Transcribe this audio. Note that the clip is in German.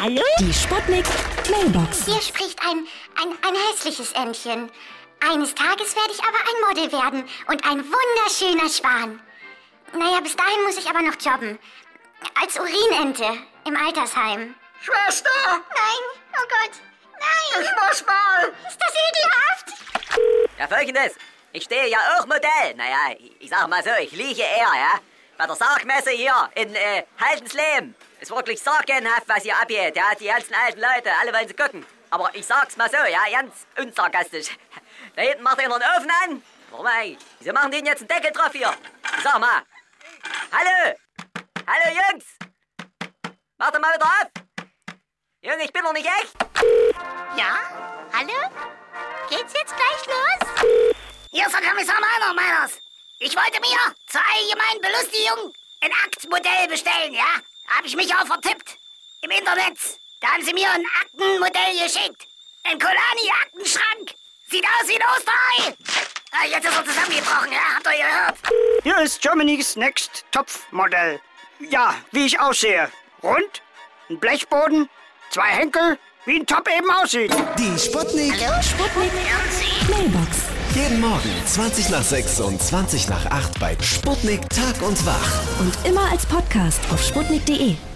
Hallo? Die Sputnik Mailbox. Hier spricht ein hässliches Entchen. Eines Tages werde ich aber ein Model werden und ein wunderschöner Schwan. Naja, bis dahin muss ich aber noch jobben. Als Urinente im Altersheim. Schwester! Nein, oh Gott, nein! Ich muss mal! Ist das ekelhaft? Ja, Folgendes. Ich stehe ja auch Modell. Naja, ich sag mal so, ich liege eher, ja. Bei der Sargmesse hier in Haldensleben. Ist wirklich sagenhaft, was hier abgeht, ja. Die ganzen alten Leute, alle wollen sie gucken. Aber ich sag's mal so, ja, ganz unsarkastisch. Da hinten macht einer einen Ofen an. Warum eigentlich? Wieso machen die denn jetzt einen Deckel drauf hier? Sag mal. Hallo? Hallo, Jungs? Macht doch mal wieder auf. Junge, ich bin noch nicht echt. Ja? Hallo? Geht's jetzt gleich los? Hier ist der Kommissar Meiners. Ich wollte mir zur allgemeinen Belustigung ein Aktmodell bestellen, ja? Hab ich mich auch vertippt. Im Internet. Da haben sie mir ein Aktenmodell geschickt. Ein Kolani-Aktenschrank. Sieht aus wie ein Osterei. Ah, jetzt ist er zusammengebrochen, ja? Habt ihr gehört? Hier ist Germany's Next Topfmodell. Ja, wie ich aussehe. Rund, ein Blechboden, 2 Henkel, wie ein Top eben aussieht. Die Sputnik. Sputnik Mailbox. Jeden Morgen 20 nach 6 und 20 nach 8 bei Sputnik Tag und Wach. Und immer als Podcast auf sputnik.de.